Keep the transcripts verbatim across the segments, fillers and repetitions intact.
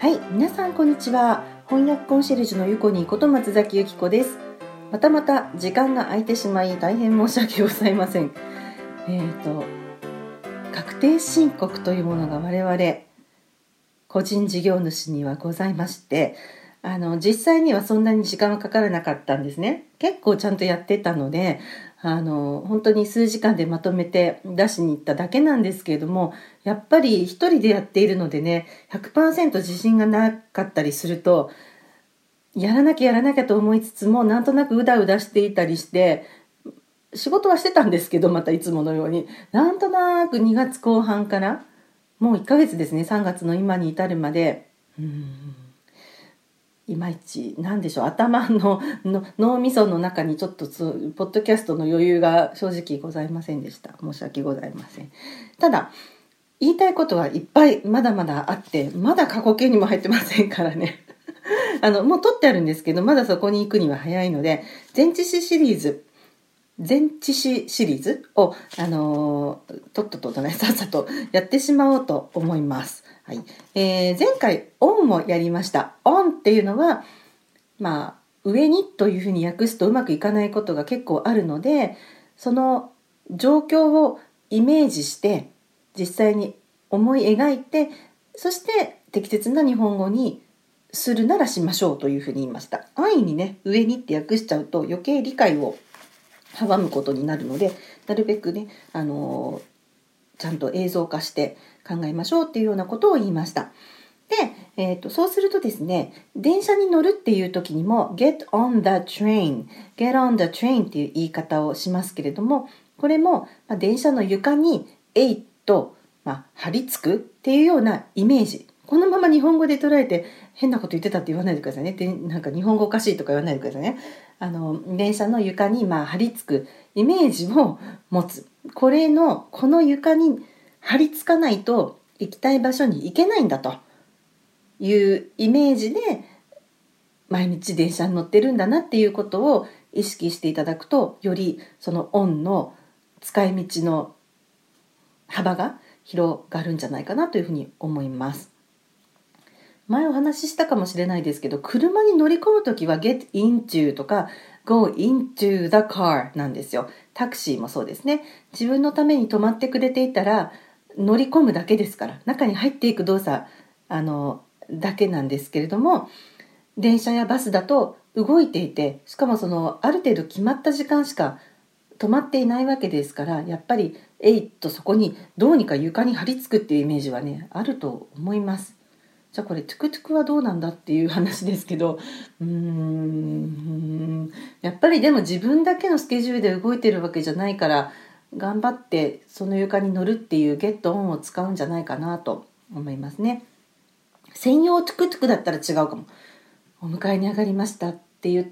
はい、皆さんこんにちは。翻訳コンシェルジュのゆこにこと松崎由紀子です。またまた時間が空いてしまい大変申し訳ございません。えーと確定申告というものが我々個人事業主にはございまして、あの実際にはそんなに時間はかからなかったんですね。結構ちゃんとやってたので、あの本当に数時間でまとめて出しに行っただけなんですけれども、やっぱり一人でやっているのでね ひゃくパーセント 自信がなかったりすると、やらなきゃやらなきゃと思いつつもなんとなくうだうだしていたりして、仕事はしてたんですけど、またいつものようになんとなくにがつこう半からもういっかげつですね、さんがつの今に至るまでうーんいまいちなんでしょう、頭のの脳みその中にちょっとつポッドキャストの余裕が正直ございませんでした。申し訳ございません。ただ言いたいことはいっぱいまだまだあって、まだ過去形にも入ってませんからねあのもう取ってあるんですけど、まだそこに行くには早いので、前置詞シリーズ前置詞シリーズを、あのー、とっとととねさっさとやってしまおうと思います。はいえー、前回 on をやりました。 on っていうのは、まあ、上にというふうに訳すとうまくいかないことが結構あるので、その状況をイメージして実際に思い描いて、そして適切な日本語にするならしましょうというふうに言いました。安易にね上にって訳しちゃうと余計理解を阻むことになるので、なるべくね、あのー、ちゃんと映像化して考えましょうっていうようなことを言いました。で、えーと、そうするとですね、電車に乗るっていう時にも get on the train get on the train っていう言い方をしますけれども、これも、まあ、電車の床にえいと、まあ、張り付くっていうようなイメージ、このまま日本語で捉えて変なこと言ってたって言わないでくださいね。でなんか日本語おかしいとか言わないでくださいね。あの電車の床にまあ張り付くイメージを持つ。これのこの床に張り付かないと行きたい場所に行けないんだというイメージで毎日電車に乗ってるんだなっていうことを意識していただくと、よりそのオンの使い道の幅が広がるんじゃないかなというふうに思います。前お話ししたかもしれないですけど、車に乗り込むときは get into とか go into the car なんですよ。タクシーもそうですね。自分のために止まってくれていたら乗り込むだけですから、中に入っていく動作あのだけなんですけれども、電車やバスだと動いていて、しかもそのある程度決まった時間しか止まっていないわけですから、やっぱりえいっとそこにどうにか床に張り付くっていうイメージはねあると思います。じゃあこれトゥクトゥクはどうなんだっていう話ですけど、うーんやっぱりでも自分だけのスケジュールで動いてるわけじゃないから、頑張ってその床に乗るっていうゲットオンを使うんじゃないかなと思いますね。専用トゥクトゥクだったら違うかも。お迎えに上がりましたって言って、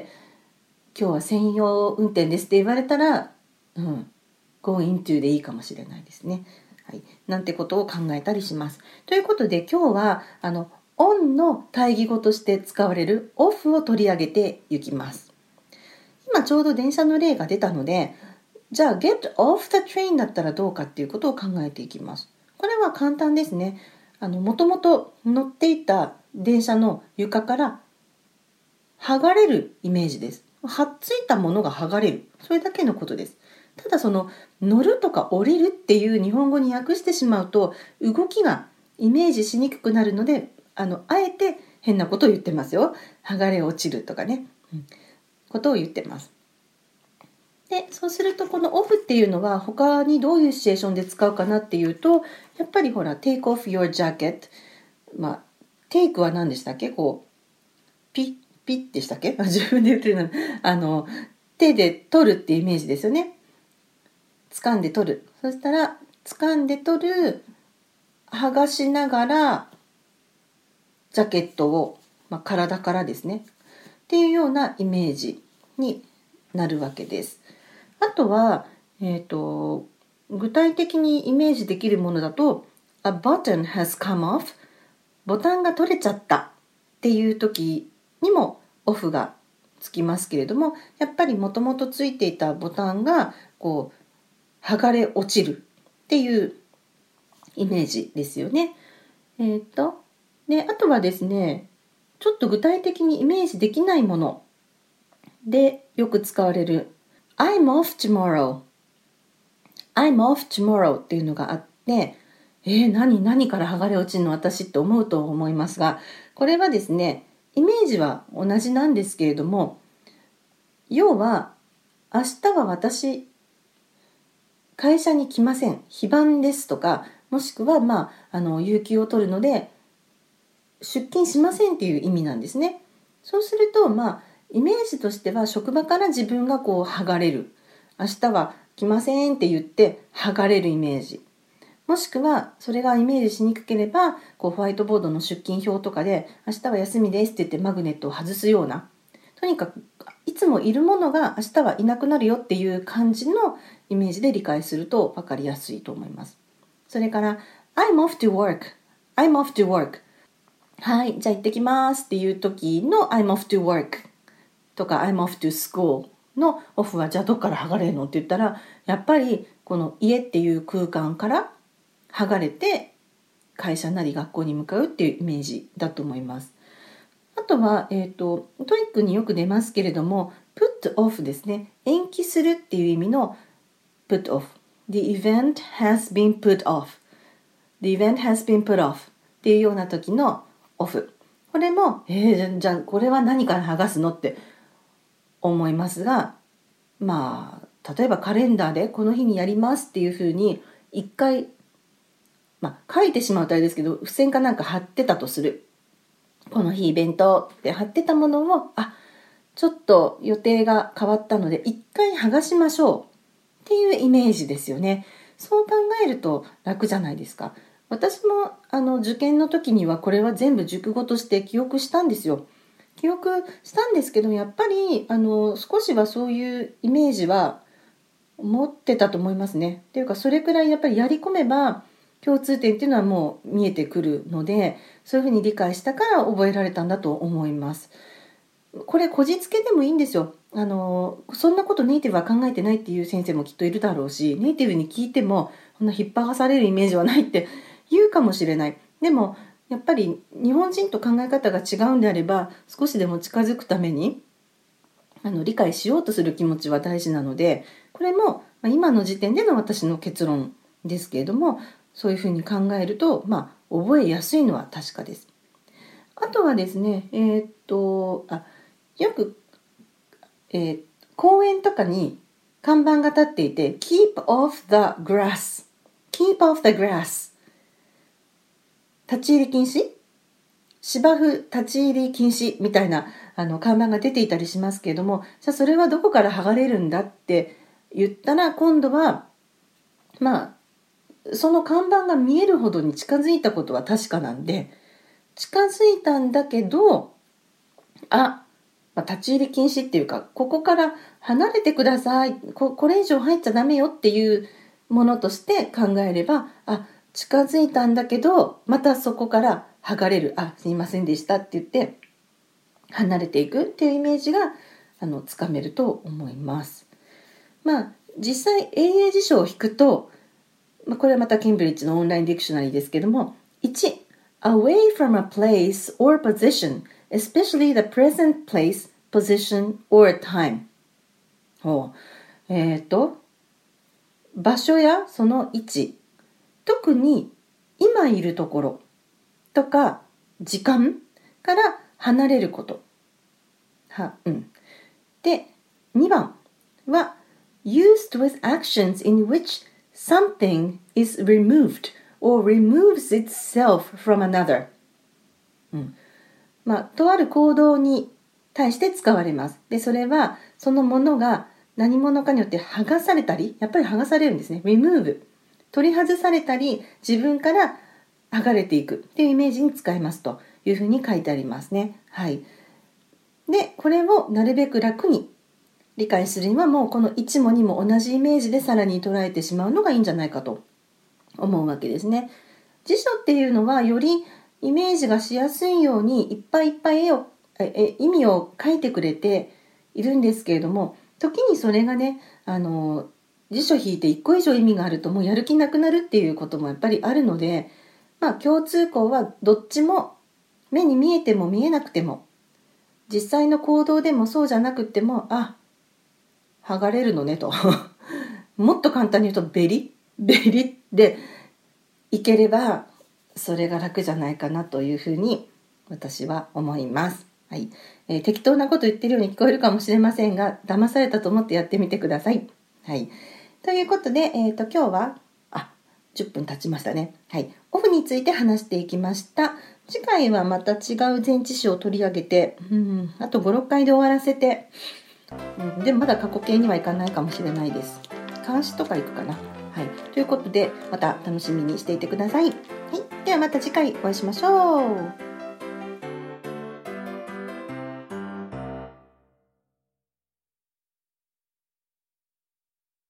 今日は専用運転ですって言われたら、うん、go into でいいかもしれないですね。はい、なんてことを考えたりします。ということで今日はあの on の対義語として使われる off を取り上げていきます。今ちょうど電車の例が出たので、じゃあ get off the train だったらどうかっていうことを考えていきます。これは簡単ですね。あのもともと乗っていた電車の床から剥がれるイメージです。はっついたものが剥がれる、それだけのことです。ただその乗るとか降りるっていう日本語に訳してしまうと動きがイメージしにくくなるので、あのあえて変なことを言ってますよ。剥がれ落ちるとかね、うん、ことを言ってます。でそうするとこのオフっていうのは他にどういうシチュエーションで使うかなっていうと、やっぱりほら take off your jacket、 まあ take は何でしたっけ、こうピッピッでしたっけ自分で言ってるのあの手で取るっていうイメージですよね。掴んで取る。そしたら掴んで取る、剥がしながらジャケットを、まあ、体からですねっていうようなイメージになるわけです。あとは、えーと、具体的にイメージできるものだと A button has come off、 ボタンが取れちゃったっていう時にもオフがつきますけれども、やっぱりもともとついていたボタンがこう剥がれ落ちるっていうイメージですよね。えっとで、あとはですね、ちょっと具体的にイメージできないものでよく使われる I'm off tomorrow I'm off tomorrow っていうのがあって、えー、何何から剥がれ落ちるの私って思うと思いますが、これはですね、イメージは同じなんですけれども、要は明日は私会社に来ません、非番ですとか、もしくは、まあ、あの有給を取るので出勤しませんっていう意味なんですね。そうすると、まあ、イメージとしては職場から自分がこう剥がれる、明日は来ませんって言って剥がれるイメージ、もしくはそれがイメージしにくければこうホワイトボードの出勤表とかで明日は休みですって言ってマグネットを外すような、とにかくいつもいるものが明日はいなくなるよっていう感じのイメージで理解すると分かりやすいと思います。それから I'm off to work I'm off to work はい、じゃあ行ってきますっていう時の I'm off to work とか I'm off to school のオフはじゃあどっから剥がれるのって言ったら、やっぱりこの家っていう空間から剥がれて会社なり学校に向かうっていうイメージだと思います。あとは、えーと、トイックによく出ますけれども put off ですね。延期するっていう意味の put off The event has been put off The event has been put off っていうような時のオフ、これも、えー、じゃあこれは何から剥がすのって思いますが、まあ例えばカレンダーでこの日にやりますっていうふうに一回、まあ、書いてしまうとあれですけど付箋かなんか貼ってたとする。この日イベントって貼ってたものを、あ、ちょっと予定が変わったので一回剥がしましょうっていうイメージですよね。そう考えると楽じゃないですか。私もあの受験の時にはこれは全部熟語として記憶したんですよ。記憶したんですけど、やっぱりあの少しはそういうイメージは持ってたと思いますね。っていうかそれくらいやっぱりやり込めば共通点っていうのはもう見えてくるので、そういうふうに理解したから覚えられたんだと思います。これこじつけでもいいんですよ。あのそんなことネイティブは考えてないっていう先生もきっといるだろうし、ネイティブに聞いてもこんな引っ張がされるイメージはないって言うかもしれない。でもやっぱり日本人と考え方が違うんであれば、少しでも近づくためにあの理解しようとする気持ちは大事なので、これも今の時点での私の結論ですけれども、そういうふうに考えると、まあ、覚えやすいのは確かです。あとはですね、えー、っとあよく、えー、公園とかに看板が立っていて Keep off the grass Keep off the grass 立ち入り禁止、芝生立ち入り禁止みたいなあの看板が出ていたりしますけれども、じゃあそれはどこから剥がれるんだって言ったら、今度はまあその看板が見えるほどに近づいたことは確かなんで、近づいたんだけど、あ、まあ、立ち入り禁止っていうか、ここから離れてください、 こ, これ以上入っちゃダメよっていうものとして考えれば、あ、近づいたんだけどまたそこから剥がれる、あ、すいませんでしたって言って離れていくっていうイメージがあのつかめると思います。まあ実際英英辞書を引くと、まあ、これはまたケンブリッジのオンラインディクショナリーですけども、いち away from a place or position especially the present place, position or time。 ほう、えっと場所やその位置、特に今いるところとか時間から離れることは、うん、でにばんは used with actions in which something is removed or removes itself from another、うん、まあとある行動に対して使われます。でそれはそのものが何者かによって剥がされたり、やっぱり剥がされるんですね。 remove、 取り外されたり自分から剥がれていくっていうイメージに使いますというふうに書いてありますね。はい。でこれをなるべく楽に理解するには、もうこのいちもにも同じイメージでさらに捉えてしまうのがいいんじゃないかと思うわけですね。辞書っていうのはよりイメージがしやすいようにいっぱいいっぱい絵をえ意味を書いてくれているんですけれども、時にそれがね、あの辞書引いていっこ以上意味があるともうやる気なくなるっていうこともやっぱりあるので、まあ共通項はどっちも目に見えても見えなくても、実際の行動でもそうじゃなくても、あ、剥がれるのねともっと簡単に言うとベリベリでいければ、それが楽じゃないかなというふうに私は思います。はい、えー、適当なこと言ってるように聞こえるかもしれませんが、騙されたと思ってやってみてください。はい、ということで、えーと、今日はあじゅっぷん経ちましたね。はい、オフについて話していきました。次回はまた違う前置詞を取り上げて、うん、あとご、ろっかいで終わらせて、うん、でもまだ過去形にはいかないかもしれないです。漢詩とかいくかな。はい、ということでまた楽しみにしていてください。はい、ではまた次回お会いしましょう。